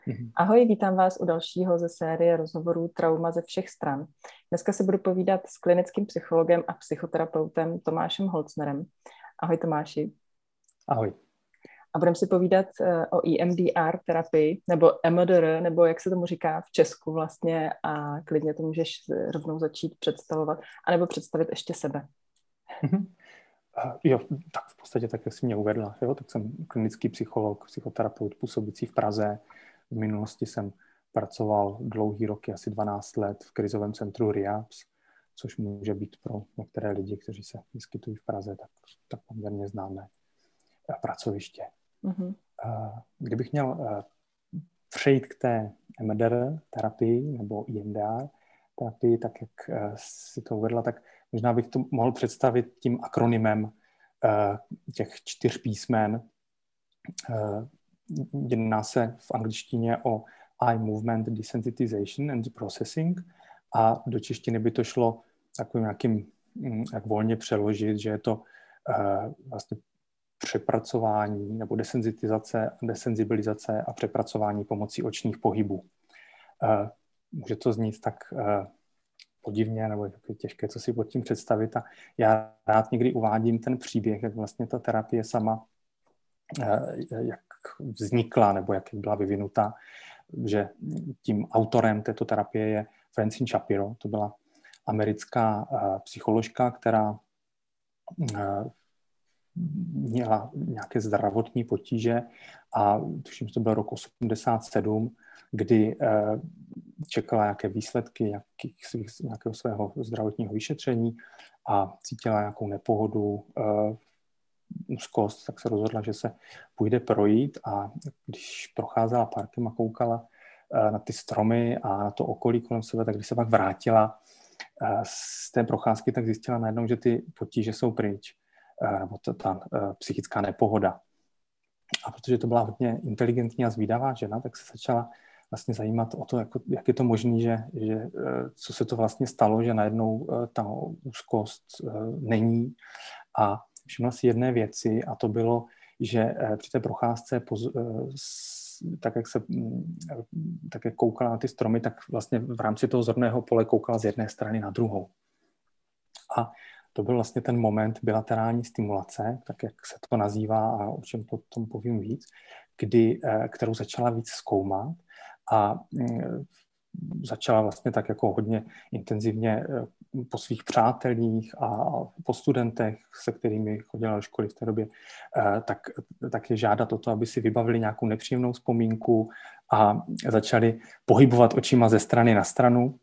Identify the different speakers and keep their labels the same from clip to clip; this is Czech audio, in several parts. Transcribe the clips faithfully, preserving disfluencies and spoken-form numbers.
Speaker 1: Mhm.
Speaker 2: Ahoj, vítám vás u dalšího ze série rozhovorů Trauma ze všech stran. Dneska si budu povídat s klinickým psychologem a psychoterapeutem Tomášem Holcnerem. Ahoj Tomáši.
Speaker 1: Ahoj.
Speaker 2: A budeme si povídat o E M D R terapii, nebo E M D R, nebo jak se tomu říká v Česku vlastně, a klidně to můžeš rovnou začít představovat, anebo představit ještě sebe.
Speaker 1: Mhm. Uh, jo, tak v podstatě tak, jak jsi mě uvedla, jo, tak jsem klinický psycholog, psychoterapeut působící v Praze. V minulosti jsem pracoval dlouhý roky, asi dvanáct let v krizovém centru REHABS, což může být pro některé lidi, kteří se vyskytují v Praze, tak, tak poměrně známé pracoviště. Mm-hmm. Uh, kdybych měl uh, přejít k té E M D R terapii nebo E M D R terapii, tak jak uh, si to uvedla, tak možná bych to mohl představit tím akronymem uh, těch čtyř písmen. Uh, jedná se v angličtině o Eye Movement Desensitization and Processing a do češtiny by to šlo takovým nějakým, jak volně přeložit, že je to uh, vlastně přepracování nebo desenzitizace, desenzibilizace a přepracování pomocí očních pohybů. Uh, může to znít tak uh, podivně, nebo je těžké, co si pod tím představit. A já rád někdy uvádím ten příběh, jak vlastně ta terapie sama, jak vznikla, nebo jak byla vyvinuta, že tím autorem této terapie je Francine Shapiro. To byla americká psycholožka, která měla nějaké zdravotní potíže a tuším, že to byl rok osmdesát sedm, kdy čekala nějaké výsledky nějakých svých, nějakého svého zdravotního vyšetření a cítila nějakou nepohodu, úzkost, tak se rozhodla, že se půjde projít a když procházela parkem a koukala na ty stromy a na to okolí kolem sebe, tak když se pak vrátila z té procházky, tak zjistila najednou, že ty potíže jsou pryč, nebo ta, ta psychická nepohoda. A protože to byla hodně inteligentní a zvídavá žena, tak se začala vlastně zajímat o to, jako, jak je to možné, že, že co se to vlastně stalo, že najednou ta úzkost není. A všimla si jedné věci a to bylo, že při té procházce, tak jak se tak jak koukala na ty stromy, tak vlastně v rámci toho zorného pole koukala z jedné strany na druhou. A to byl vlastně ten moment bilaterální stimulace, tak jak se to nazývá a o čem potom povím víc, kdy, kterou začala víc zkoumat a začala vlastně tak jako hodně intenzivně po svých přátelích a po studentech, se kterými chodila do školy v té době, tak, tak je žádat o to, aby si vybavili nějakou nepříjemnou vzpomínku a začali pohybovat očima ze strany na stranu.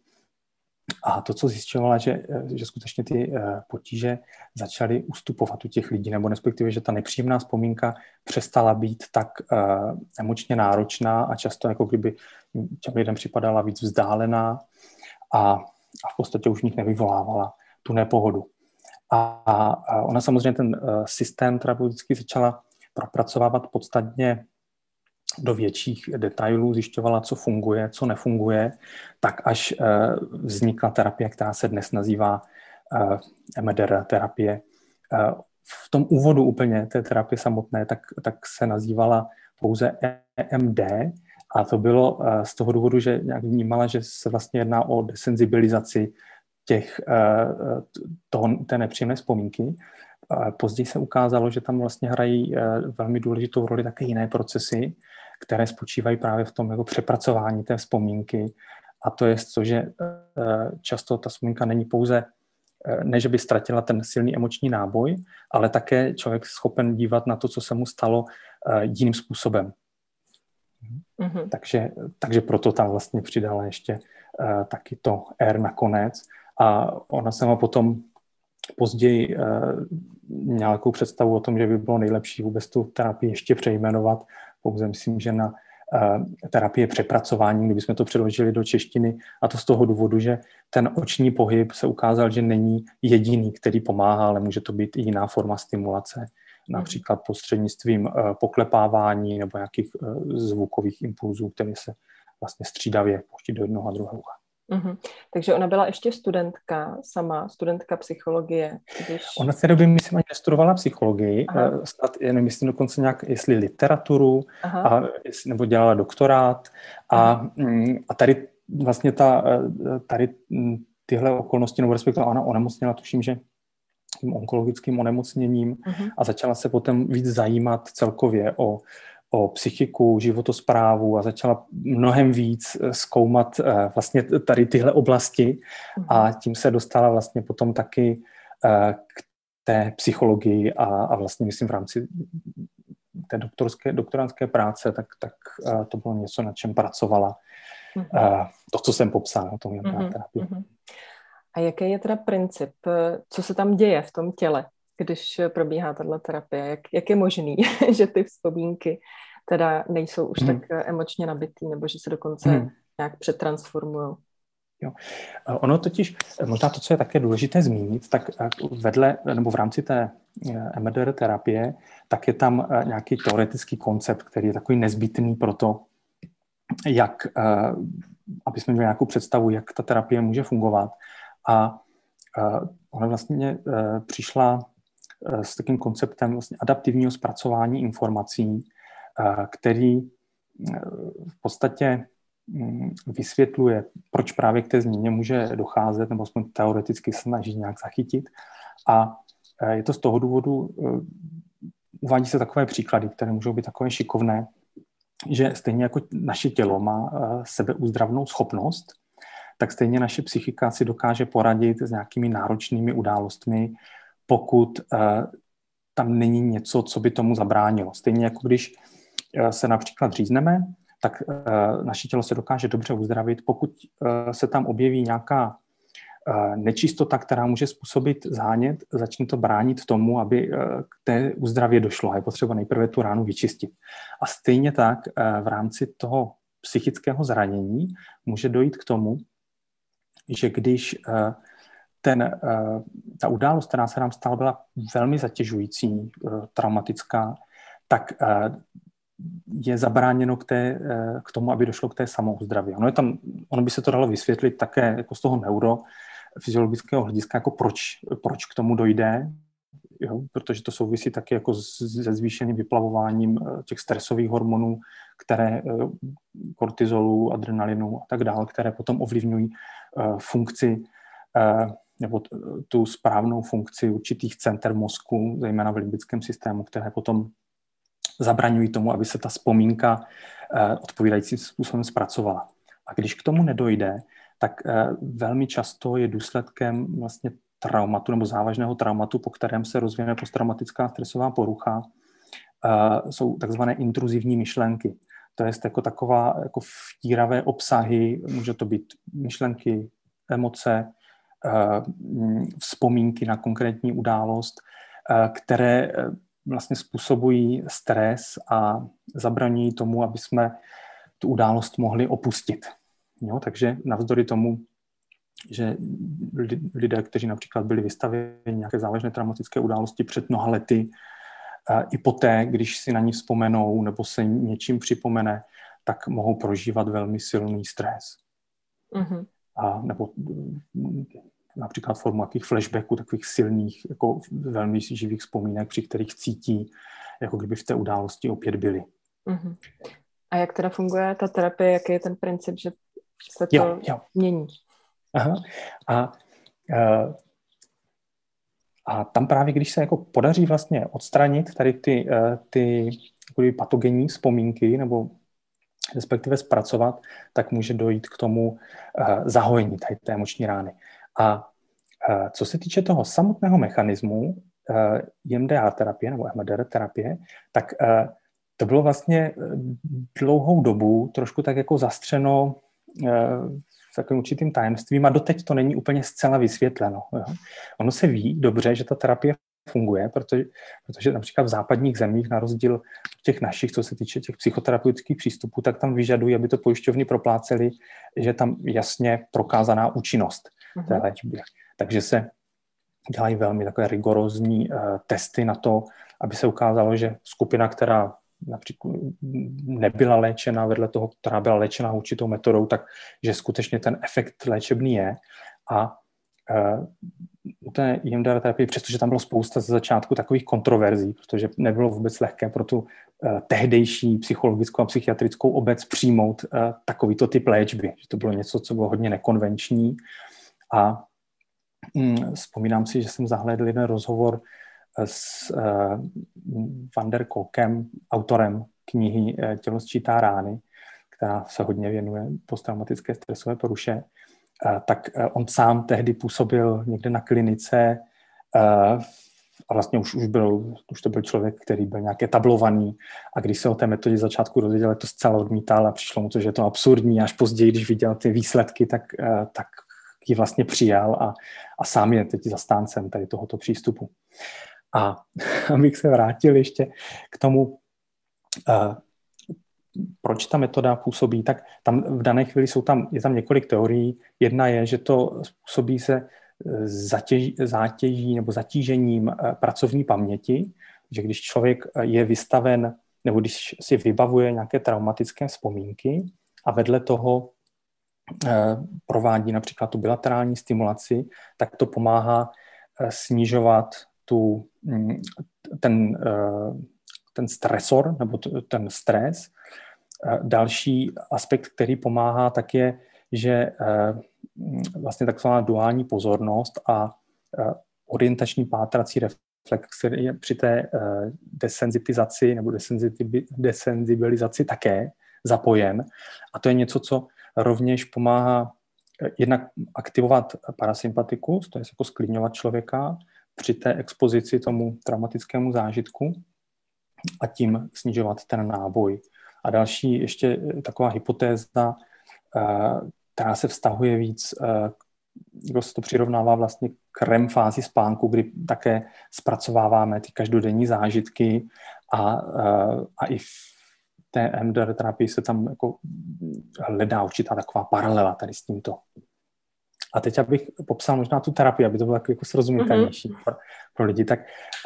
Speaker 1: A to, co zjišťovala, že, že skutečně ty potíže začaly ustupovat u těch lidí, nebo respektive, že ta nepříjemná vzpomínka přestala být tak uh, emočně náročná a často jako kdyby těm lidem připadala víc vzdálená a, a v podstatě už v nich nevyvolávala tu nepohodu. A, a ona samozřejmě ten uh, systém terapeutický začala propracovávat podstatně do větších detailů, zjišťovala, co funguje, co nefunguje, tak až uh, vznikla terapie, která se dnes nazývá uh, E M D R terapie. Uh, v tom úvodu úplně té terapie samotné, tak, tak se nazývala pouze E M D a to bylo uh, z toho důvodu, že nějak vnímala, že se vlastně jedná o desenzibilizaci těch, uh, toho, té nepříjemné vzpomínky. Uh, později se ukázalo, že tam vlastně hrají uh, velmi důležitou roli také jiné procesy, které spočívají právě v tom jako přepracování té vzpomínky. A to je to, že často ta vzpomínka není pouze, ne že by ztratila ten silný emoční náboj, ale také člověk schopen dívat na to, co se mu stalo, jiným způsobem. Mm-hmm. Takže, takže proto tam vlastně přidala ještě taky to R nakonec. A ona sama potom později měla takovou představu o tom, že by bylo nejlepší vůbec tu terapii ještě přejmenovat. Pouze myslím, že na uh, terapie přepracování, kdybychom to přeložili do češtiny, a to z toho důvodu, že ten oční pohyb se ukázal, že není jediný, který pomáhá, ale může to být i jiná forma stimulace, například prostřednictvím uh, poklepávání nebo nějakých uh, zvukových impulzů, které se vlastně střídavě pouští do jednoho a druhého ucha.
Speaker 2: Uh-huh. Takže ona byla ještě studentka sama, studentka psychologie. Když...
Speaker 1: Ona v té době, myslím, ani nestudovala psychologii, Aha. snad, nevím, jestli dokonce nějak, jestli literaturu, a, nebo dělala doktorát. A, a tady vlastně ta, tady tyhle okolnosti, nebo respektive ona onemocněla, tuším, že tím onkologickým onemocněním uh-huh. a začala se potom víc zajímat celkově o, o psychiku, životosprávu a začala mnohem víc zkoumat uh, vlastně tady tyhle oblasti uh-huh. a tím se dostala vlastně potom taky uh, k té psychologii a, a vlastně myslím v rámci té doktorské, doktorantské práce, tak, tak uh, to bylo něco, na čem pracovala. Uh-huh. Uh, to, co jsem popsal, o tom E M D R terapii. Uh-huh.
Speaker 2: A jaký je teda princip, co se tam děje v tom těle, když probíhá tato terapie? Jak, jak je možný, že ty vzpomínky teda nejsou už hmm. tak emočně nabitý, nebo že se dokonce hmm. nějak přetransformujou?
Speaker 1: Jo. Ono totiž, možná to, co je také důležité zmínit, tak vedle, nebo v rámci té E M D R terapie, tak je tam nějaký teoretický koncept, který je takový nezbytný pro to, jak, aby jsme měli nějakou představu, jak ta terapie může fungovat. A uh, ona vlastně uh, přišla uh, s takým konceptem vlastně adaptivního zpracování informací, uh, který uh, v podstatě um, vysvětluje, proč právě k té změně může docházet, nebo aspoň teoreticky snaží nějak zachytit. A uh, je to z toho důvodu, uh, uvádí se takové příklady, které můžou být takové šikovné, že stejně jako naše tělo má uh, sebeuzdravnou schopnost, tak stejně naše psychika si dokáže poradit s nějakými náročnými událostmi, pokud uh, tam není něco, co by tomu zabránilo. Stejně jako když uh, se například řízneme, tak uh, naše tělo se dokáže dobře uzdravit, pokud uh, se tam objeví nějaká uh, nečistota, která může způsobit zánět, začne to bránit tomu, aby uh, k té uzdravě došlo. A je potřeba nejprve tu ránu vyčistit. A stejně tak uh, v rámci toho psychického zranění může dojít k tomu, že když uh, ten, uh, ta událost, která se nám stala, byla velmi zatěžující, uh, traumatická, tak uh, je zabráněno k, té, uh, k tomu, aby došlo k té samouzdraví. Ono, je tam, ono by se to dalo vysvětlit také jako z toho neurofyziologického hlediska, jako proč, proč k tomu dojde, jo? Protože to souvisí taky jako se zvýšeným vyplavováním uh, těch stresových hormonů, které uh, kortizolu, adrenalinu a tak dále, které potom ovlivňují funkci nebo tu správnou funkci určitých center mozku, zejména v limbickém systému, které potom zabraňují tomu, aby se ta vzpomínka odpovídajícím způsobem zpracovala. A když k tomu nedojde, tak velmi často je důsledkem vlastně traumatu nebo závažného traumatu, po kterém se rozvine posttraumatická stresová porucha, jsou takzvané intruzivní myšlenky. To je jako taková jako vtíravé obsahy, může to být myšlenky, emoce, vzpomínky na konkrétní událost, které vlastně způsobují stres a zabraňují tomu, aby jsme tu událost mohli opustit. Jo, takže navzdory tomu, že lidé, kteří například byli vystaveni nějaké závažné traumatické události před mnoha lety, i poté, když si na ní vzpomenou nebo se něčím připomene, tak mohou prožívat velmi silný stres. Mm-hmm. A nebo například formu jakých flashbacků, takových silných, jako velmi živých vzpomínek, při kterých cítí, jako kdyby v té události opět byli.
Speaker 2: Mm-hmm. A jak teda funguje ta terapie, jaký je ten princip, že se to
Speaker 1: jo, jo.
Speaker 2: mění?
Speaker 1: Aha. A, a tam právě, když se jako podaří vlastně odstranit tady ty, ty patogenní vzpomínky, nebo respektive zpracovat, tak může dojít k tomu uh, zahojení tady té emoční rány. A uh, co se týče toho samotného mechanismu uh, E M D R terapie nebo E M D R terapie, tak uh, to bylo vlastně dlouhou dobu trošku tak jako zastřeno uh, s takovým určitým tajemstvím a doteď to není úplně zcela vysvětleno. Jo. Ono se ví dobře, že ta terapie funguje, protože, protože například v západních zemích, na rozdíl od těch našich, co se týče těch psychoterapeutických přístupů, tak tam vyžadují, aby to pojišťovny proplácely, že tam jasně prokázaná účinnost té léčby. Takže se dělají velmi takové rigorózní uh, testy na to, aby se ukázalo, že skupina, která například nebyla léčena vedle toho, která byla léčena určitou metodou, tak že skutečně ten efekt léčebný je. A u té E M D R terapie, přestože tam bylo spousta ze začátku takových kontroverzí, protože nebylo vůbec lehké pro tu uh, tehdejší psychologickou a psychiatrickou obec přijmout uh, takovýto typ léčby, že to bylo něco, co bylo hodně nekonvenční. A um, vzpomínám si, že jsem zahlédl jeden rozhovor s uh, Van der Kolkem, autorem knihy uh, Tělo sčítá rány, která se hodně věnuje posttraumatické stresové poruše. Uh, tak uh, on sám tehdy působil někde na klinice uh, a vlastně už, už, byl, už to byl člověk, který byl nějak etablovaný a když se o té metodě začátku dozvěděl, to zcela odmítal a přišlo mu to, že je to absurdní. Až později, když viděl ty výsledky, tak, uh, tak ji vlastně přijal a, a sám je teď zastáncem tady tohoto přístupu. A abych se vrátil ještě k tomu, uh, proč ta metoda působí, tak tam v dané chvíli jsou tam, je tam několik teorií. Jedna je, že to způsobí se zatěž, zátěží nebo zatížením pracovní paměti, že když člověk je vystaven, nebo když si vybavuje nějaké traumatické vzpomínky a vedle toho provádí například tu bilaterální stimulaci, tak to pomáhá snižovat tu, ten, ten stresor nebo ten stres. Další aspekt, který pomáhá, tak je, že vlastně takzvaná duální pozornost a orientační pátrací reflex je při té desenzitizaci nebo desenzibilizaci také zapojen. A to je něco, co rovněž pomáhá jednak aktivovat parasympatikus, to je jako sklidňovat člověka při té expozici tomu traumatickému zážitku a tím snižovat ten náboj. A další ještě taková hypotéza, která se vztahuje víc, kdo se to přirovnává vlastně k R E M fázi spánku, kdy také zpracováváme ty každodenní zážitky a, a i v té E M D R terapii se tam jako hledá určitá taková paralela tady s tímto. A teď abych popsal možná tu terapii, aby to bylo jako srozumitelnější mm-hmm. pro, pro lidi, tak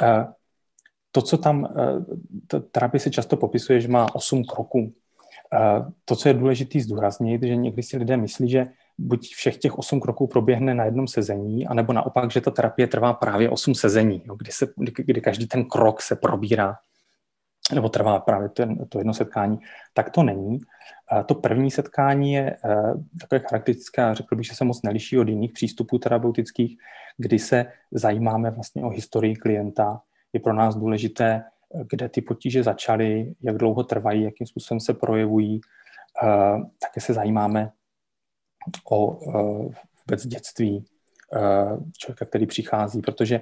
Speaker 1: to, co tam, ta terapie se často popisuje, že má osm kroků. To, co je důležité zdůraznit, že někdy si lidé myslí, že buď všech těch osm kroků proběhne na jednom sezení, anebo naopak, že ta terapie trvá právě osm sezení, kdy, se, kdy, kdy každý ten krok se probírá, nebo trvá právě ten, to jedno setkání. Tak to není. To první setkání je takové charakteristické, a řekl bych, že se moc neliší od jiných přístupů terapeutických, kdy se zajímáme vlastně o historii klienta. Je pro nás důležité, kde ty potíže začaly, jak dlouho trvají, jakým způsobem se projevují. Také se zajímáme o vůbec dětství člověka, který přichází, protože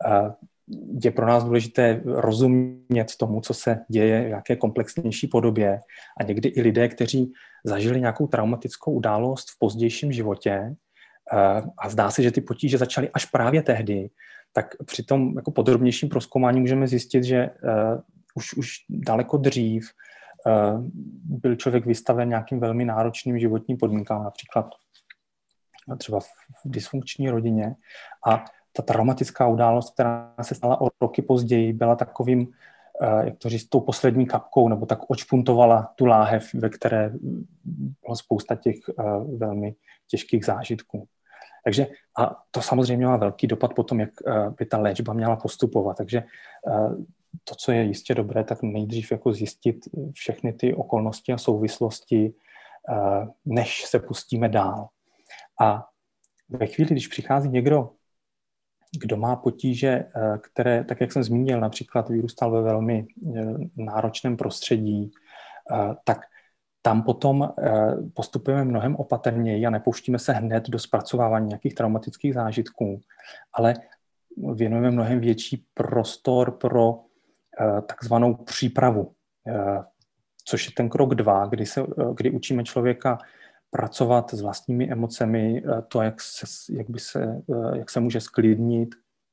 Speaker 1: je pro nás důležité rozumět tomu, co se děje v jaké komplexnější podobě. A někdy i lidé, kteří zažili nějakou traumatickou událost v pozdějším životě a zdá se, že ty potíže začaly až právě tehdy, tak při tom jako podrobnějším prozkoumání můžeme zjistit, že uh, už, už daleko dřív uh, byl člověk vystaven nějakým velmi náročným životním podmínkám, například třeba v, v dysfunkční rodině. A ta traumatická událost, která se stala o roky později, byla takovým, uh, jak to říct, tou poslední kapkou, nebo tak očpuntovala tu láhev, ve které byla spousta těch uh, velmi těžkých zážitků. Takže a to samozřejmě má velký dopad potom, jak by ta léčba měla postupovat. Takže to, co je jistě dobré, tak nejdřív jako zjistit všechny ty okolnosti a souvislosti, než se pustíme dál. A ve chvíli, když přichází někdo, kdo má potíže, které, tak jak jsem zmínil, například vyrůstal ve velmi náročném prostředí, tak tam potom postupujeme mnohem opatrněji a nepouštíme se hned do zpracovávání nějakých traumatických zážitků, ale věnujeme mnohem větší prostor pro takzvanou přípravu, což je ten krok dva, kdy, se, kdy učíme člověka pracovat s vlastními emocemi, to, jak se, jak by se, jak se může sklidnit,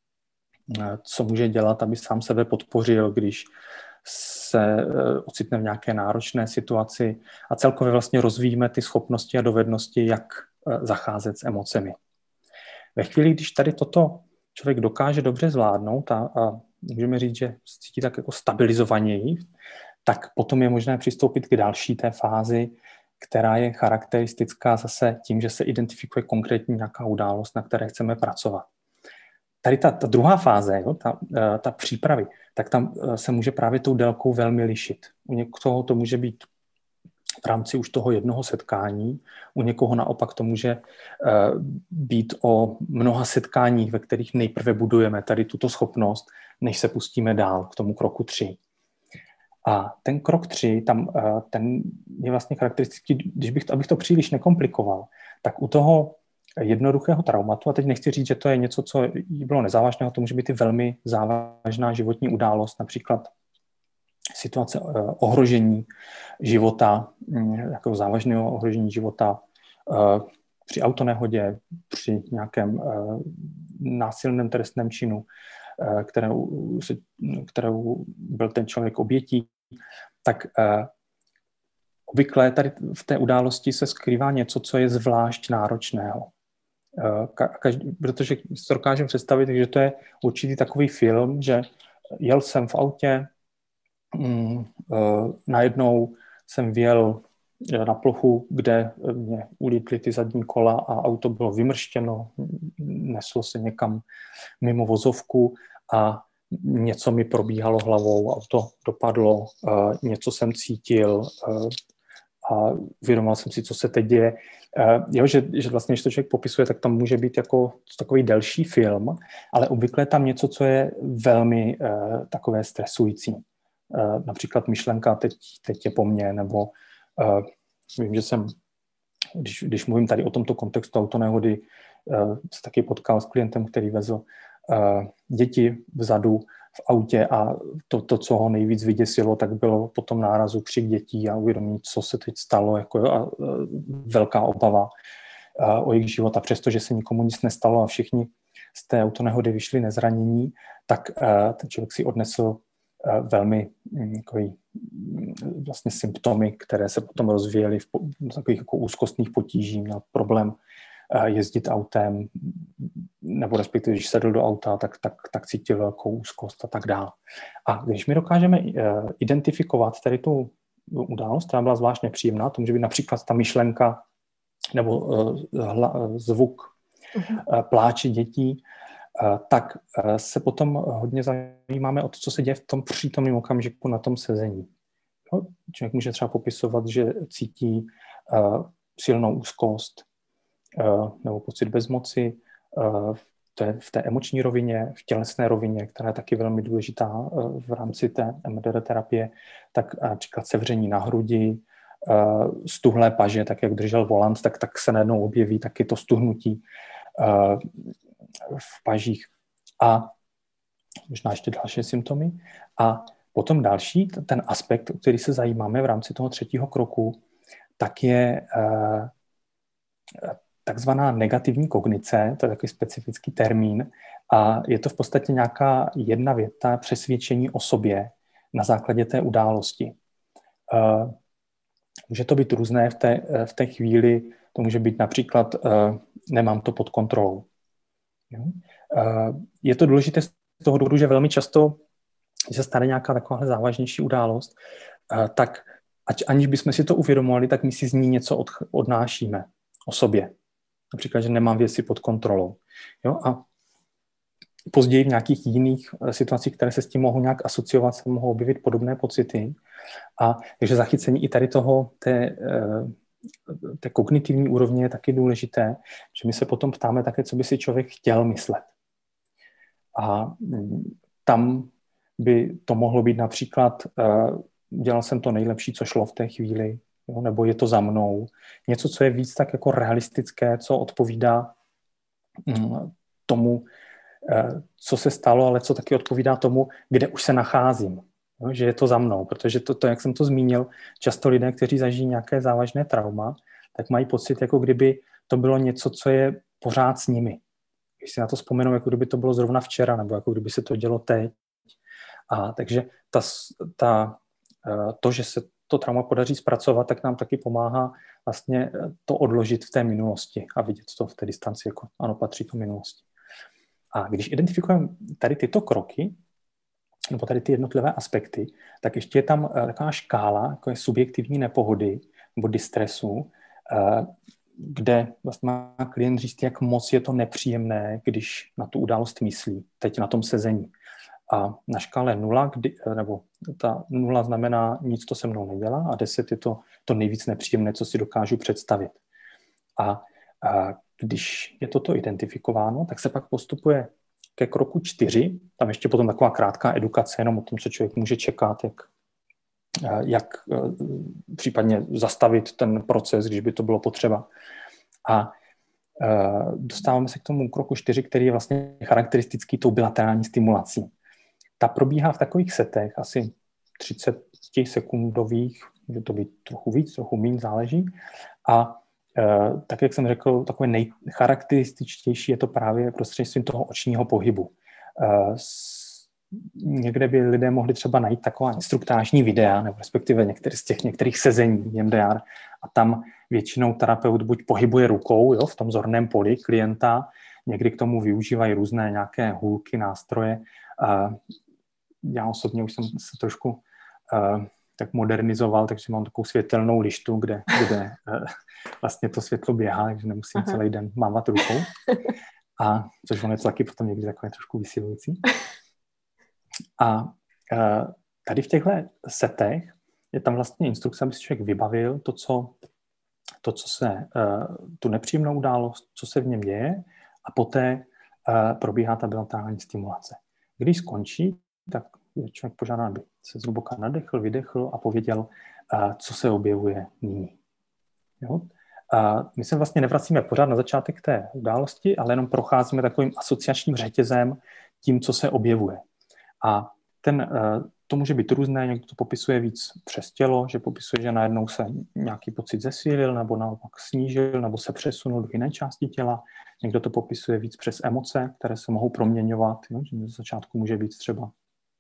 Speaker 1: co může dělat, aby sám sebe podpořil, když se ocitne v nějaké náročné situaci a celkově vlastně rozvíjíme ty schopnosti a dovednosti, jak zacházet s emocemi. Ve chvíli, když tady toto člověk dokáže dobře zvládnout a, a můžeme říct, že se cítí tak jako stabilizovaněji, tak potom je možné přistoupit k další té fázi, která je charakteristická zase tím, že se identifikuje konkrétní nějaká událost, na které chceme pracovat. Tady ta, ta druhá fáze, jo, ta, ta přípravy, tak tam se může právě tou délkou velmi lišit. U někoho to může být v rámci už toho jednoho setkání, u někoho naopak to může být o mnoha setkáních, ve kterých nejprve budujeme tady tuto schopnost, než se pustíme dál k tomu kroku tři. A ten krok tři, tam ten je vlastně charakteristický, když bych to, abych to příliš nekomplikoval, tak u toho jednoduchého traumatu, a teď nechci říct, že to je něco, co bylo nezávažného, to může být i velmi závažná životní událost, například situace ohrožení života, jako závažného ohrožení života při autonehodě, při nějakém násilném trestném činu, kterou, kterou byl ten člověk obětí, tak obvykle tady v té události se skrývá něco, co je zvlášť náročného. Každý, protože si to dokážeme představit, že to je určitý takový film, že jel jsem v autě, mm, najednou jsem vjel na plochu, kde mě ulítly ty zadní kola a auto bylo vymrštěno, neslo se někam mimo vozovku a něco mi probíhalo hlavou, auto dopadlo, něco jsem cítil a uvědomoval jsem si, co se teď děje. Jo, že, že vlastně, když to člověk popisuje, tak tam může být jako takový delší film, ale obvykle tam něco, co je velmi uh, takové stresující. Uh, například myšlenka, teď, teď je po mně, nebo uh, vím, že jsem, když, když mluvím tady o tomto kontextu autonehody, uh, se taky potkal s klientem, který vezl uh, děti vzadu v autě a to, to, co ho nejvíc vyděsilo, tak bylo po tom nárazu křik dětí a uvědomí, co se teď stalo, jako a, a velká obava a, o jejich život. A přestože se nikomu nic nestalo a všichni z té autonehody vyšli nezranění, tak a, ten člověk si odnesl a, velmi takový, vlastně symptomy, které se potom rozvíjely v, v takových jako úzkostných potíží, měl problém jezdit autem, nebo respektive, když sedl do auta, tak, tak, tak cítil velkou úzkost a tak dále. A když my dokážeme identifikovat tady tu událost, která byla zvlášť nepříjemná, to může být například ta myšlenka nebo hla, zvuk uh-huh. pláče dětí, tak se potom hodně zajímáme o to, co se děje v tom přítomném okamžiku na tom sezení. Člověk může třeba popisovat, že cítí silnou úzkost, nebo pocit bezmoci v té, v té emoční rovině, v tělesné rovině, která je taky velmi důležitá v rámci té M D R terapie, tak například sevření na hrudi, stuhlé paže, tak jak držel volant, tak, tak se najednou objeví taky to stuhnutí v pažích a možná ještě další symptomy. A potom další, ten aspekt, o který se zajímáme v rámci toho třetího kroku, tak je takzvaná negativní kognice, to je takový specifický termín, a je to v podstatě nějaká jedna věta přesvědčení o sobě na základě té události. Uh, může to být různé v té, v té chvíli, to může být například uh, nemám to pod kontrolou. Uh, je to důležité z toho důvodu, že velmi často, když se stane nějaká taková závažnější událost, uh, tak ať, aniž bychom si to uvědomovali, tak my si z ní něco od, odnášíme o sobě. Například, že nemám věci pod kontrolou. Jo? A později v nějakých jiných situacích, které se s tím mohou nějak asociovat, se mohou objevit podobné pocity. A takže zachycení i tady toho, té, té kognitivní úrovně je taky důležité, že my se potom ptáme také, co by si člověk chtěl myslet. A tam by to mohlo být například, dělal jsem to nejlepší, co šlo v té chvíli, jo, nebo je to za mnou. Něco, co je víc tak jako realistické, co odpovídá mm, tomu, eh, co se stalo, ale co taky odpovídá tomu, kde už se nacházím. Jo, že je to za mnou, protože to, to, jak jsem to zmínil, často lidé, kteří zažijí nějaké závažné trauma, tak mají pocit, jako kdyby to bylo něco, co je pořád s nimi. Když si na to vzpomenou, jako kdyby to bylo zrovna včera, nebo jako kdyby se to dělo teď. A takže ta, ta, to, že se to trauma podaří zpracovat, tak nám taky pomáhá vlastně to odložit v té minulosti a vidět to v té distanci, jako ano, patří to minulosti. A když identifikujeme tady tyto kroky, nebo tady ty jednotlivé aspekty, tak ještě je tam taková škála jako je subjektivní nepohody nebo distresu, kde vlastně má klient říct, jak moc je to nepříjemné, když na tu událost myslí, teď na tom sezení. A na škále nula, kdy, nebo ta nula znamená nic to se mnou nedělá a deset je to, to nejvíc nepříjemné, co si dokážu představit. A, a když je toto identifikováno, tak se pak postupuje ke kroku čtyři, tam ještě potom taková krátká edukace jenom o tom, co člověk může čekat, jak, jak případně zastavit ten proces, když by to bylo potřeba. A dostáváme se k tomu kroku čtyři, který je vlastně charakteristický tou bilaterální stimulací. Ta probíhá v takových setech, asi třicet sekundových, může to být trochu víc, trochu méně, záleží. A e, tak, jak jsem řekl, takové nejcharakterističtější je to právě prostřednictvím toho očního pohybu. E, s, někde by lidé mohli třeba najít taková instruktážní videa, nebo respektive některé z těch některých sezení M D R, a tam většinou terapeut buď pohybuje rukou, jo, v tom zorném poli klienta, někdy k tomu využívají různé nějaké hůlky, nástroje. E, já osobně už jsem se trošku uh, tak modernizoval, takže mám takovou světelnou lištu, kde, kde uh, vlastně to světlo běhá, takže nemusím Aha. celý den mávat rukou. A což on je to taky potom někdy takové trošku vysilující. A uh, tady v těchto setech je tam vlastně instrukce, aby si člověk vybavil to, co, to, co se, uh, tu nepříjemnou událost, co se v něm děje, a poté uh, probíhá ta bilaterální stimulace. Když skončí, tak člověk požádá, aby se zhluboka nadechl, vydechl a pověděl, co se objevuje nyní. Jo? A my se vlastně nevracíme pořád na začátek té události, ale jenom procházíme takovým asociačním řetězem tím, co se objevuje. A ten, to může být různé, někdo to popisuje víc přes tělo, že popisuje, že najednou se nějaký pocit zesílil, nebo naopak snížil, nebo se přesunul do jiné části těla. Někdo to popisuje víc přes emoce, které se mohou proměňovat. Jo? Že na začátku může být třeba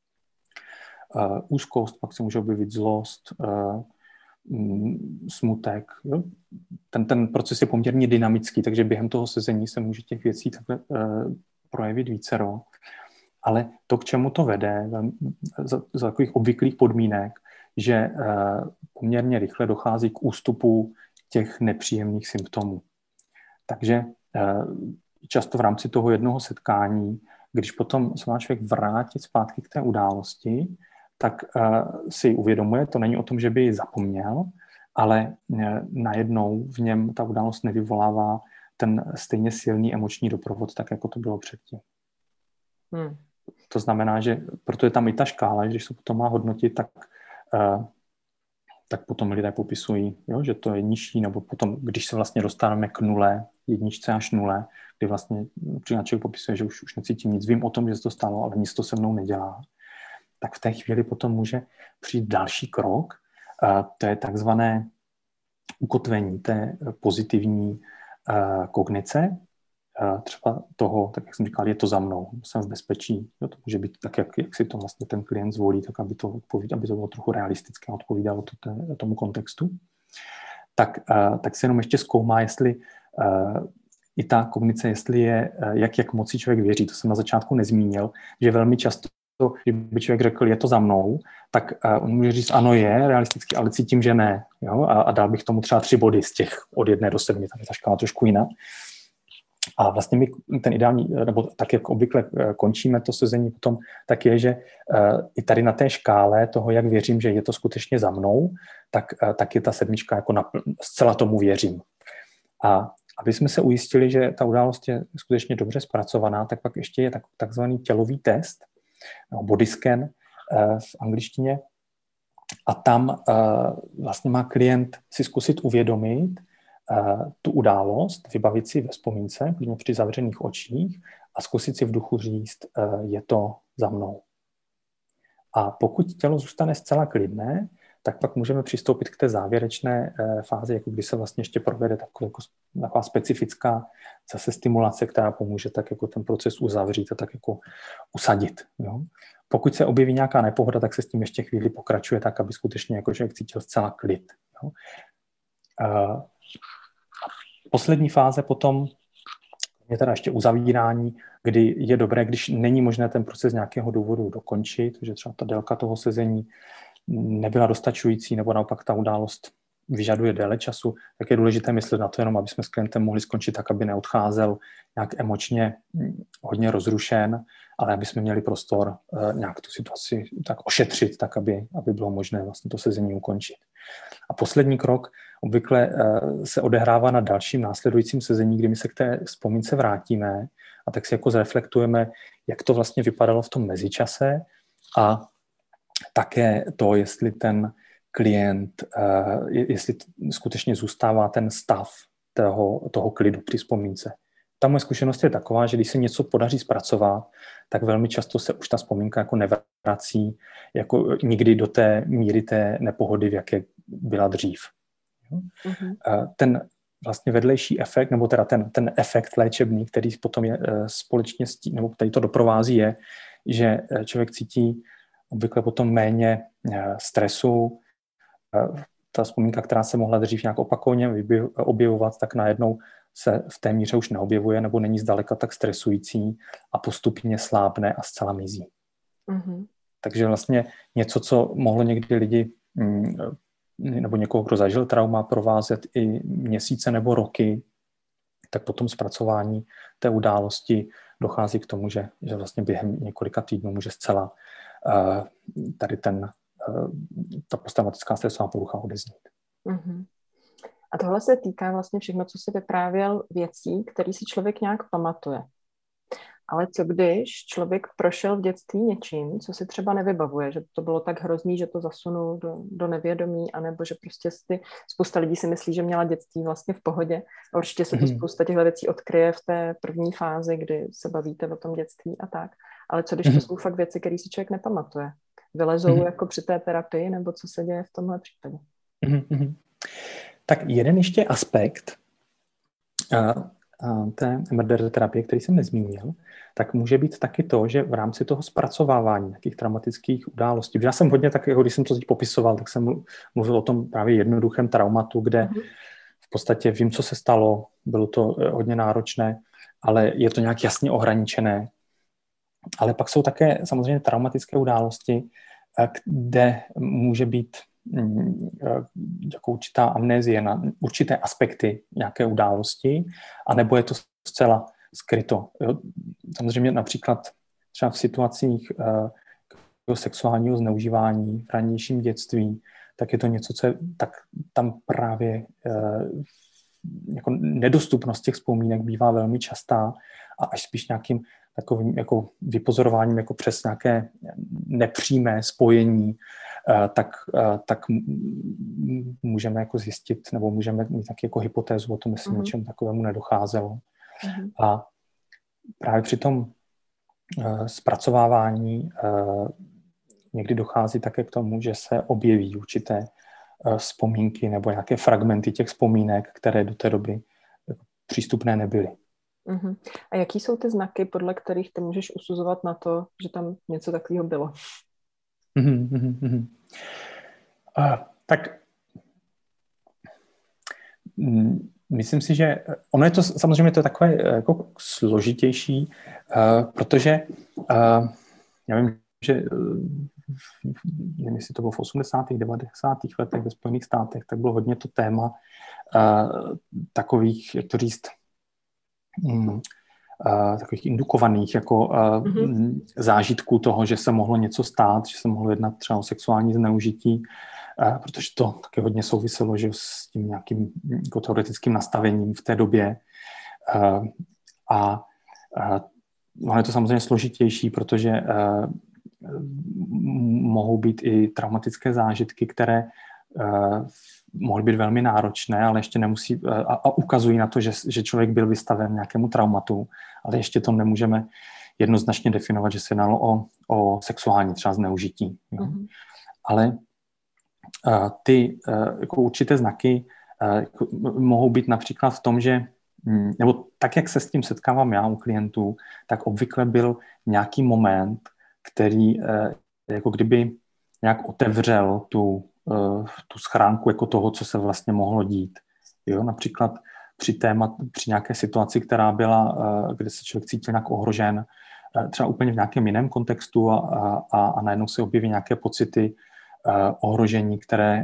Speaker 1: Uh, úzkost, pak se může objevit zlost, uh, mm, smutek. Jo? Ten, ten proces je poměrně dynamický, takže během toho sezení se může těch věcí takhle uh, projevit vícero. Ale to, k čemu to vede, za, za takových obvyklých podmínek, že uh, poměrně rychle dochází k ústupu těch nepříjemných symptomů. Takže uh, často v rámci toho jednoho setkání, když potom se má člověk vrátit zpátky k té události, tak uh, si uvědomuje, to není o tom, že by ji zapomněl, ale uh, najednou v něm ta událost nevyvolává ten stejně silný emoční doprovod, tak jako to bylo předtím. Hmm. To znamená, že proto je tam i ta škála, že když se potom má hodnotit, tak, uh, tak potom lidé popisují, jo, že to je nižší, nebo potom, když se vlastně dostaneme k nule, jedničce až nule, kdy vlastně člověk popisuje, že už, už necítím nic, vím o tom, že se to stalo, ale nic to se mnou nedělá, tak v té chvíli potom může přijít další krok, uh, to je takzvané ukotvení té pozitivní uh, kognice, uh, třeba toho, tak jak jsem říkal, je to za mnou, jsem v bezpečí, jo, to může být tak, jak, jak si to vlastně ten klient zvolí, tak aby to, odpovíd, aby to bylo trochu realistické a odpovídalo to té, tomu kontextu, tak, uh, tak se jenom ještě zkoumá, jestli uh, i ta kognice, jestli je, uh, jak, jak moci člověk věří, to jsem na začátku nezmínil, že velmi často to, kdyby člověk řekl, je to za mnou, tak uh, on může říct, ano je, realisticky, ale cítím, že ne. Jo? A, a dal bych tomu třeba tři body z těch od jedné do sedmi, tak je ta škála trošku jiná. A vlastně my ten ideální, nebo tak, jak obvykle končíme to sezení potom, tak je, že uh, i tady na té škále toho, jak věřím, že je to skutečně za mnou, tak, uh, tak je ta sedmička jako na, zcela tomu věřím. A aby jsme se ujistili, že ta událost je skutečně dobře zpracovaná, tak pak ještě je tak, takzvaný tělový test, no, body scan uh, v angličtině. A tam uh, vlastně má klient si zkusit uvědomit uh, tu událost, vybavit si ve vzpomínce, klidně při zavřených očích a zkusit si v duchu říct, uh, je to za mnou. A pokud tělo zůstane zcela klidné, tak pak můžeme přistoupit k té závěrečné uh, fázi, jako kdy se vlastně ještě provede taková, jako, taková specifická zase stimulace, která pomůže tak jako ten proces uzavřít a tak jako usadit. Jo? Pokud se objeví nějaká nepohoda, tak se s tím ještě chvíli pokračuje tak, aby skutečně jako člověk cítil zcela klid. Jo? Uh, poslední fáze potom je teda ještě uzavírání, kdy je dobré, když není možné ten proces z nějakého důvodu dokončit, že třeba ta délka toho sezení nebyla dostačující, nebo naopak ta událost vyžaduje déle času, tak je důležité myslet na to jenom, aby jsme s klientem mohli skončit tak, aby neodcházel nějak emočně hodně rozrušen, ale aby jsme měli prostor nějak tu situaci tak ošetřit, tak aby, aby bylo možné vlastně to sezení ukončit. A poslední krok obvykle se odehrává na dalším následujícím sezení, kdy my se k té vzpomínce vrátíme a tak si jako zreflektujeme, jak to vlastně vypadalo v tom mezičase a také to, jestli ten klient, jestli skutečně zůstává ten stav toho, toho klidu při vzpomínce. Ta moje zkušenost je taková, že když se něco podaří zpracovat, tak velmi často se už ta vzpomínka jako nevrací jako nikdy do té míry té nepohody, v jaké byla dřív. Mm-hmm. Ten vlastně vedlejší efekt, nebo teda ten, ten efekt léčebný, který potom je společně s tím, nebo který to doprovází, je, že člověk cítí obvykle potom méně stresu. Ta vzpomínka, která se mohla dřív nějak opakovaně objevovat, tak najednou se v té míře už neobjevuje nebo není zdaleka tak stresující a postupně slábne a zcela mizí. Mm-hmm. Takže vlastně něco, co mohlo někdy lidi nebo někoho, kdo zažil trauma, provázet i měsíce nebo roky, tak potom zpracování té události dochází k tomu, že, že vlastně během několika týdnů může zcela uh, tady ten, uh, ta posttraumatická stresová porucha odeznít.
Speaker 2: Mm-hmm. A tohle se týká vlastně všechno, co si vyprávěl, věcí, které si člověk nějak pamatuje. Ale co když člověk prošel v dětství něčím, co si třeba nevybavuje, že to bylo tak hrozný, že to zasunul do, do nevědomí, anebo že prostě si, spousta lidí si myslí, že měla dětství vlastně v pohodě. A určitě se to spousta těchto věcí odkryje v té první fázi, kdy se bavíte o tom dětství a tak. Ale co když to jsou fakt věci, které si člověk nepamatuje? Vylezou jako při té terapii, nebo co se děje v tomhle případě?
Speaker 1: Tak jeden ještě aspekt uh, uh, té em er dé er terapie, který jsem nezmínil, tak může být taky to, že v rámci toho zpracovávání nějakých traumatických událostí, já jsem hodně tak, jako když jsem to teď popisoval, tak jsem mluvil o tom právě jednoduchém traumatu, kde uh-huh. v podstatě vím, co se stalo, bylo to hodně náročné, ale je to nějak jasně ohraničené. Ale pak jsou také samozřejmě traumatické události, kde může být jako určitá amnézie na určité aspekty nějaké události, anebo je to zcela skryto. Jo? Samozřejmě například třeba v situacích uh, sexuálního zneužívání v ranějším dětství, tak je to něco, co je, tak tam právě uh, jako nedostupnost těch vzpomínek bývá velmi častá a až spíš nějakým takovým jako vypozorováním jako přes nějaké nepřímé spojení, tak, tak můžeme jako zjistit, nebo můžeme mít taky jako hypotézu o tom, jestli uh-huh. něčemu takovému nedocházelo. Uh-huh. A právě při tom uh, zpracovávání uh, někdy dochází také k tomu, že se objeví určité uh, vzpomínky nebo nějaké fragmenty těch vzpomínek, které do té doby jako přístupné nebyly.
Speaker 2: Uh-huh. A jaký jsou ty znaky, podle kterých ty můžeš usuzovat na to, že tam něco takového bylo?
Speaker 1: Uh-huh, uh-huh. Uh, tak mm, myslím si, že ono je to samozřejmě to je takové jako složitější, uh, protože uh, já vím, že uh, nevím, jestli to bylo v osmdesátých, devadesátých letech ve Spojených státech, tak bylo hodně to téma uh, takových, jak to říct, um, Uh, takových indukovaných jako uh, mm-hmm. zážitků toho, že se mohlo něco stát, že se mohlo jednat třeba o sexuální zneužití, uh, protože to taky hodně souviselo, že s tím nějakým jako teoretickým nastavením v té době. Uh, a uh, je to samozřejmě složitější, protože uh, mohou být i traumatické zážitky, které uh, mohly být velmi náročné, ale ještě nemusí, a, a ukazují na to, že, že člověk byl vystaven nějakému traumatu, ale ještě to nemůžeme jednoznačně definovat, že se jednalo o, o sexuální třeba zneužití. Jo. Mm-hmm. Ale uh, ty uh, jako určité znaky uh, jako, mohou být například v tom, že um, nebo tak, jak se s tím setkávám já u klientů, tak obvykle byl nějaký moment, který uh, jako kdyby nějak otevřel tu tu schránku jako toho, co se vlastně mohlo dít. Jo? Například při témat, při nějaké situaci, která byla, kde se člověk cítil nějak ohrožen, třeba úplně v nějakém jiném kontextu a, a, a najednou se objeví nějaké pocity ohrožení, které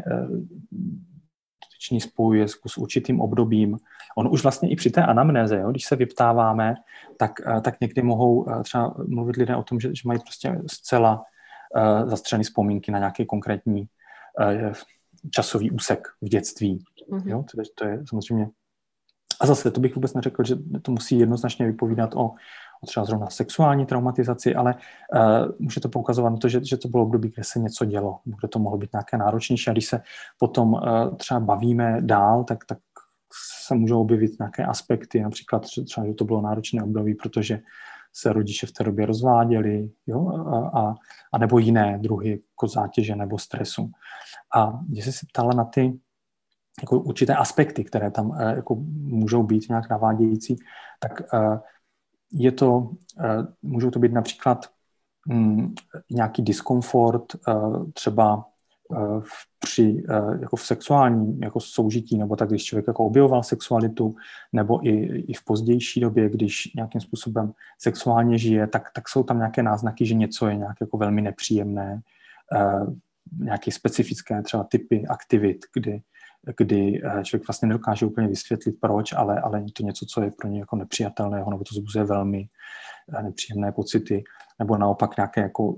Speaker 1: spojuje s určitým obdobím. On už vlastně i při té anamnéze, jo, když se vyptáváme, tak, tak někdy mohou třeba mluvit lidé o tom, že, že mají prostě zcela uh, zastřené vzpomínky na nějaký konkrétní uh, časový úsek v dětství. Mm-hmm. Jo, to, to je samozřejmě. A zase to bych vůbec neřekl, že to musí jednoznačně vypovídat o, o třeba zrovna sexuální traumatizaci, ale uh, může to poukazovat na to, že, že to bylo období, kde se něco dělo, kde to mohlo být nějaké náročnější. A když se potom uh, třeba bavíme dál, tak, tak se můžou objevit nějaké aspekty, například třeba, že to bylo náročné období, protože se rodiče v té době rozváděli, jo, a, a, a nebo jiné druhy jako zátěže nebo stresu. A když jsi se ptala na ty jako určité aspekty, které tam uh, jako můžou být nějak navádějící, tak uh, je to, uh, můžou to být například um, nějaký diskomfort, uh, třeba uh, při uh, jako v sexuálním jako soužití, nebo tak, když člověk jako objevoval sexualitu, nebo i, i v pozdější době, když nějakým způsobem sexuálně žije, tak, tak jsou tam nějaké náznaky, že něco je nějak jako velmi nepříjemné, uh, nějaké specifické třeba typy aktivit, kdy kdy člověk vlastně nedokáže úplně vysvětlit proč, ale, ale je to něco, co je pro ně jako nepřijatelného, nebo to zbuzuje velmi nepříjemné pocity, nebo naopak nějaké jako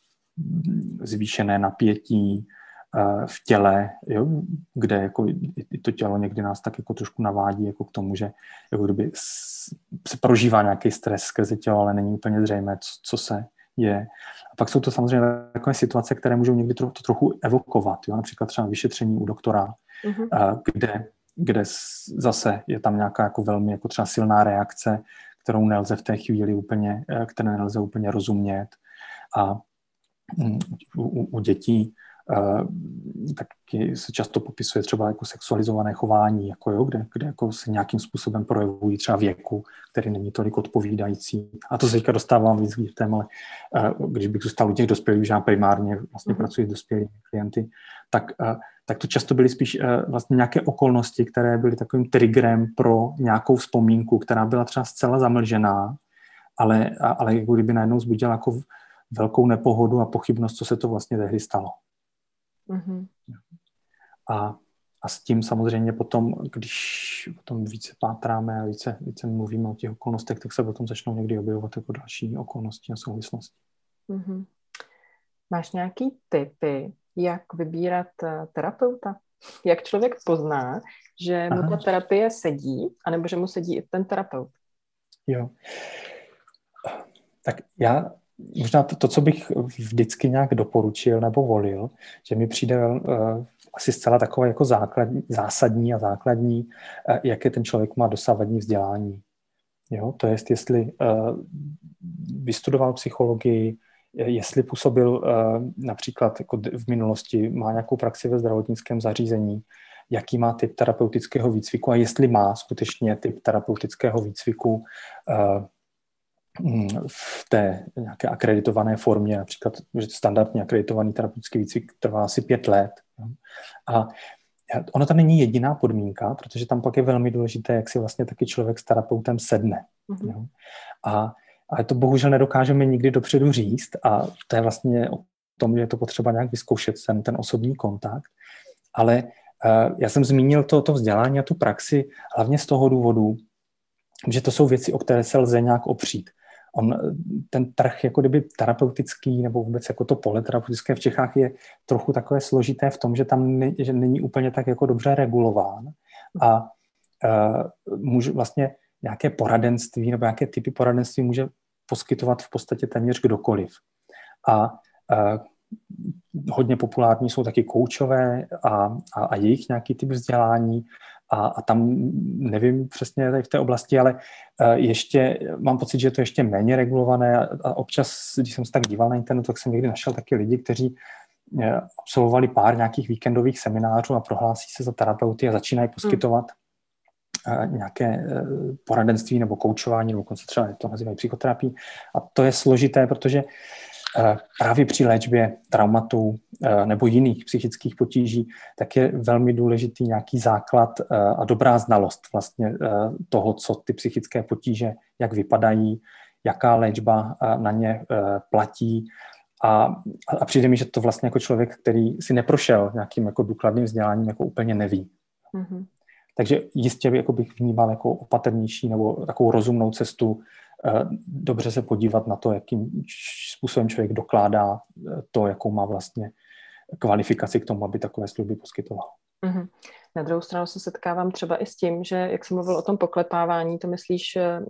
Speaker 1: zvýšené napětí v těle, jo, kde jako i to tělo někdy nás tak jako trošku navádí jako k tomu, že jako kdyby se prožívá nějaký stres skrze tělo, ale není úplně zřejmé, co, co se je. A pak jsou to samozřejmě takové situace, které můžou někdy to, to trochu evokovat, jo, například třeba vyšetření u doktora, Uh-huh. Kde, kde zase je tam nějaká jako velmi jako třeba silná reakce, kterou nelze v té chvíli úplně, které nelze úplně rozumět. A u, u dětí uh, taky se často popisuje třeba jako sexualizované chování, jako jo, kde, kde jako se nějakým způsobem projevují třeba věku, který není tolik odpovídající. A to se teďka dostávám víc k dětem, ale uh, když bych zůstal u těch dospělých, že já primárně vlastně uh-huh. pracuji s dospělými klienty, tak uh, tak to často byly spíš uh, vlastně nějaké okolnosti, které byly takovým triggerem pro nějakou vzpomínku, která byla třeba zcela zamlžená, ale, a, ale jako kdyby najednou vzbudila jako velkou nepohodu a pochybnost, co se to vlastně tehdy stalo. Mm-hmm. A, a s tím samozřejmě potom, když potom více pátráme a více, více mluvíme o těch okolnostech, tak se potom začnou někdy objevovat jako další okolnosti a souvislosti.
Speaker 2: Mm-hmm. Máš nějaký tipy, jak vybírat terapeuta? Jak člověk pozná, že mu ta terapie sedí, anebo že mu sedí i ten terapeut?
Speaker 1: Jo. Tak já možná to, to, co bych vždycky nějak doporučil nebo volil, že mi přijde uh, asi zcela takové jako základní, zásadní a základní, uh, jaké ten člověk má dosavadní vzdělání. Jo? To jest, jestli uh, vystudoval psychologii, jestli působil uh, například jako v minulosti, má nějakou praxi ve zdravotnickém zařízení, jaký má typ terapeutického výcviku a jestli má skutečně typ terapeutického výcviku uh, v té nějaké akreditované formě, například, že standardně akreditovaný terapeutický výcvik trvá asi pět let. A ono tam není jediná podmínka, protože tam pak je velmi důležité, jak si vlastně taky člověk s terapeutem sedne. Mm-hmm. A Ale to bohužel nedokážeme nikdy dopředu říct a to je vlastně o tom, že je to potřeba nějak vyzkoušet, ten, ten osobní kontakt. Ale uh, já jsem zmínil to, to vzdělání a tu praxi hlavně z toho důvodu, že to jsou věci, o které se lze nějak opřít. On, ten trh jako kdyby terapeutický nebo vůbec jako to pole terapeutické v Čechách je trochu takové složité v tom, že tam ne, že není úplně tak jako dobře regulován a uh, může vlastně nějaké poradenství nebo nějaké typy poradenství může poskytovat v podstatě téměř kdokoliv. A uh, hodně populární jsou taky koučové a, a, a jejich nějaký typ vzdělání a, a tam nevím přesně tady v té oblasti, ale uh, ještě mám pocit, že je to ještě méně regulované a, a občas, když jsem se tak díval na internetu, tak jsem někdy našel taky lidi, kteří uh, absolvovali pár nějakých víkendových seminářů a prohlásí se za terapeuty a začínají poskytovat hmm. nějaké poradenství nebo koučování, nebo dokonce třeba to nazývají psychoterapii. A to je složité, protože právě při léčbě traumatů nebo jiných psychických potíží, tak je velmi důležitý nějaký základ a dobrá znalost vlastně toho, co ty psychické potíže, jak vypadají, jaká léčba na ně platí. A, a přijde mi, že to vlastně jako člověk, který si neprošel nějakým jako důkladným vzděláním, jako úplně neví. Mm-hmm. Takže jistě jako bych vnímal jako opatrnější nebo takovou rozumnou cestu, dobře se podívat na to, jakým způsobem člověk dokládá to, jakou má vlastně kvalifikaci k tomu, aby takové služby poskytoval.
Speaker 2: Mm-hmm. Na druhou stranu se setkávám třeba i s tím, že jak jsem mluvil o tom poklepávání, to myslíš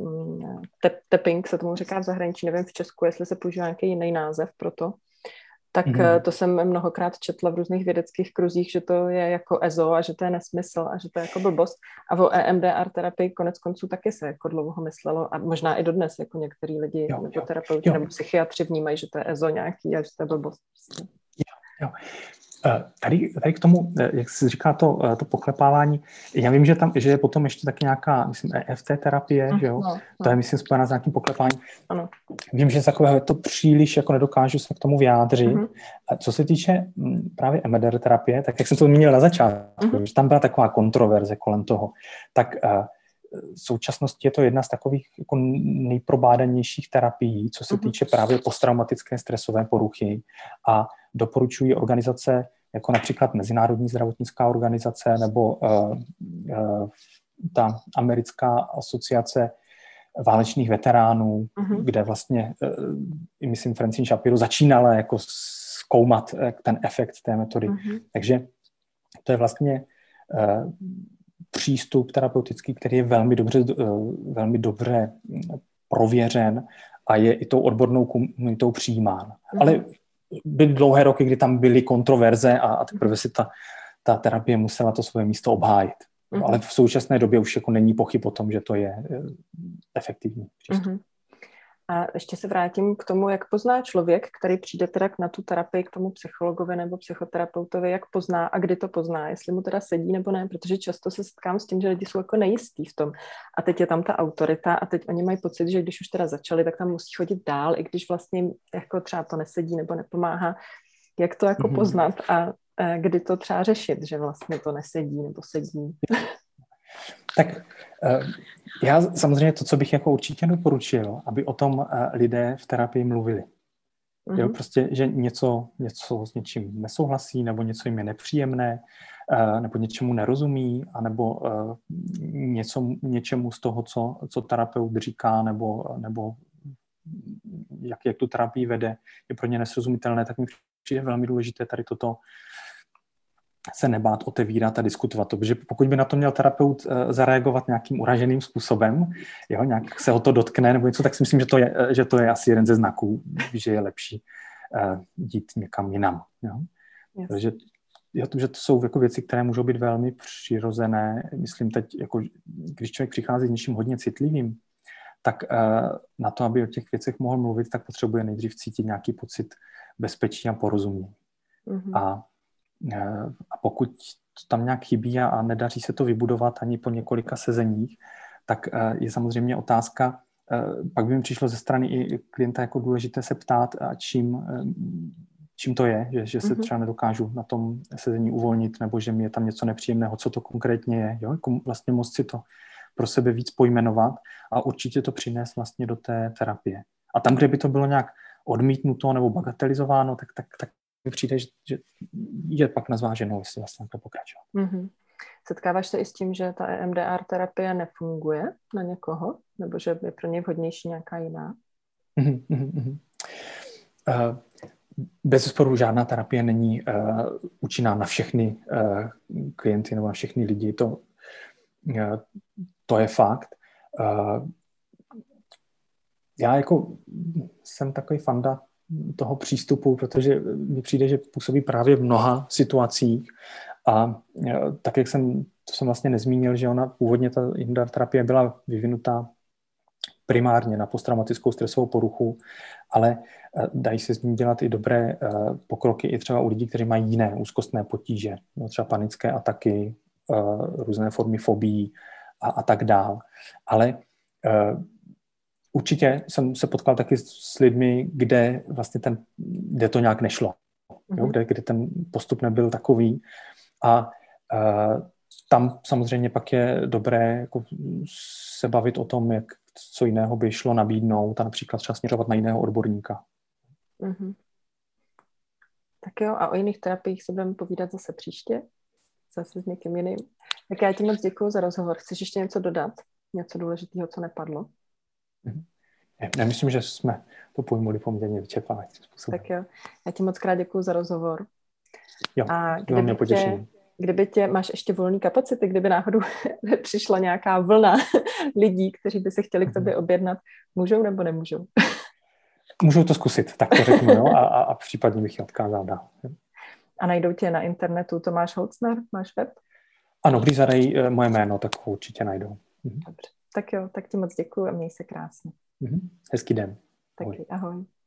Speaker 2: tap, tapping, se tomu říká v zahraničí, nevím v Česku, jestli se používá nějaký jiný název pro to, tak mm-hmm. to jsem mnohokrát četla v různých vědeckých kruzích, že to je jako E Z O a že to je nesmysl a že to je jako blbost. A o E M D R terapii konec konců taky se jako dlouho myslelo a možná i dodnes jako některý lidi jo, nebo terapeuti jo. nebo psychiatři vnímají, že to je E Z O nějaký a že to je blbost.
Speaker 1: Jo, jo. Tady, tady k tomu, jak jsi říká to, to poklepávání, já vím, že tam že je potom ještě taky nějaká, myslím, E F T terapie, že jo? No, no. To je, myslím, spojená s nějakým poklepáním. Ano. Vím, že z takového to příliš jako nedokážu se k tomu vyjádřit. Uh-huh. A co se týče právě E M D R terapie, tak jak jsem to zmínil na začátku, uh-huh. že tam byla taková kontroverze kolem toho, tak uh, v současnosti je to jedna z takových jako nejprobádanějších terapií, co se uh-huh. týče právě posttraumatické stresové poruchy a doporučují organizace jako například Mezinárodní zdravotnická organizace nebo uh, uh, ta americká asociace válečných veteránů, uh-huh. kde vlastně, uh, myslím, Francine Shapiro začínala jako zkoumat uh, ten efekt té metody. Uh-huh. Takže to je vlastně uh, přístup terapeutický, který je velmi dobře, uh, velmi dobře prověřen a je i tou odbornou komunitou přijímán. Uh-huh. Ale byly dlouhé roky, kdy tam byly kontroverze a, a teprve si ta, ta terapie musela to svoje místo obhájit. Mm-hmm. Ale v současné době už jako není pochyb o tom, že to je efektivní přístup. Mm-hmm.
Speaker 2: A ještě se vrátím k tomu, jak pozná člověk, který přijde teda na tu terapii k tomu psychologovi nebo psychoterapeutovi, jak pozná a kdy to pozná, jestli mu teda sedí nebo ne, protože často se setkám s tím, že lidi jsou jako nejistý v tom. A teď je tam ta autorita a teď oni mají pocit, že když už teda začali, tak tam musí chodit dál, i když vlastně jako třeba to nesedí nebo nepomáhá. Jak to jako mm-hmm. poznat a, a kdy to třeba řešit, že vlastně to nesedí nebo sedí?
Speaker 1: Tak já samozřejmě to, co bych jako určitě doporučil, aby o tom lidé v terapii mluvili. Mm-hmm. Jo, prostě, že něco, něco s něčím nesouhlasí, nebo něco jim je nepříjemné, nebo něčemu nerozumí, anebo něco, něčemu z toho, co, co terapeut říká, nebo, nebo jak, jak tu terapii vede, je pro ně nesrozumitelné, tak mi přijde velmi důležité tady toto se nebát otevírat a diskutovat to, protože pokud by na to měl terapeut zareagovat nějakým uraženým způsobem, jo, nějak se ho to dotkne nebo něco, tak si myslím, že to je, že to je asi jeden ze znaků, že je lepší uh, jít někam jinam. Jo. Yes. Takže jo, to, že to jsou jako věci, které můžou být velmi přirozené. Myslím teď, jako, když člověk přichází s něčím hodně citlivým, tak uh, na to, aby o těch věcech mohl mluvit, tak potřebuje nejdřív cítit nějaký pocit bezpečí a porozumění. Mm-hmm. A A pokud tam nějak chybí a nedaří se to vybudovat ani po několika sezeních, tak je samozřejmě otázka, pak by mi přišlo ze strany i klienta jako důležité se ptát, čím, čím to je, že, že se třeba nedokážu na tom sezení uvolnit, nebo že mi je tam něco nepříjemného, co to konkrétně je. Jo? Vlastně moct si to pro sebe víc pojmenovat a určitě to přinést vlastně do té terapie. A tam, kde by to bylo nějak odmítnuto nebo bagatelizováno, tak, tak, tak mi přijde, že, že je pak na zváženou, jestli vlastně to pokračovat. Mm-hmm.
Speaker 2: Setkáváš se i s tím, že ta E M D R terapie nefunguje na někoho? Nebo že je pro něj vhodnější nějaká jiná?
Speaker 1: Mm-hmm, mm-hmm. Uh, bez sporu žádná terapie není uh, účinná na všechny uh, klienty nebo na všechny lidi. To, uh, to je fakt. Uh, já jako jsem takový fanda toho přístupu, protože mi přijde, že působí právě v mnoha situacích a tak, jak jsem, to jsem vlastně nezmínil, že ona původně ta E M D R terapie byla vyvinutá primárně na posttraumatickou stresovou poruchu, ale dají se z ní dělat i dobré pokroky i třeba u lidí, kteří mají jiné úzkostné potíže, no třeba panické ataky, různé formy fobií a, a tak dál. Ale určitě jsem se potkal taky s lidmi, kde vlastně ten, kde to nějak nešlo, mm-hmm. jo, kde, kde ten postup nebyl takový a uh, tam samozřejmě pak je dobré jako se bavit o tom, jak co jiného by šlo nabídnout a například třeba směřovat na jiného odborníka.
Speaker 2: Mm-hmm. Tak jo, a o jiných terapiích se budeme povídat zase příště, zase s někým jiným. Tak já ti moc děkuju za rozhovor. Chceš ještě něco dodat? Něco důležitého, co nepadlo?
Speaker 1: Mm-hmm. Já myslím, že jsme to pojmuli poměrně vyčerpali.
Speaker 2: Tak jo, já ti moc krát děkuju za rozhovor.
Speaker 1: Jo,
Speaker 2: a
Speaker 1: bylo mě potěšení.
Speaker 2: Kdyby tě, máš ještě volné kapacity, kdyby náhodou přišla nějaká vlna lidí, kteří by se chtěli k tobě objednat, můžou nebo nemůžou?
Speaker 1: Můžou to zkusit, tak to řeknu, jo, a, a, a případně bych je odkázal dál.
Speaker 2: A najdou tě na internetu Tomáš Holcner, máš web?
Speaker 1: Ano, když zadají moje jméno, tak ho určitě najdou.
Speaker 2: Dobře, tak jo, tak ti moc děkuju a měj se krásně.
Speaker 1: Hezký den.
Speaker 2: Taky, ahoj. ahoj.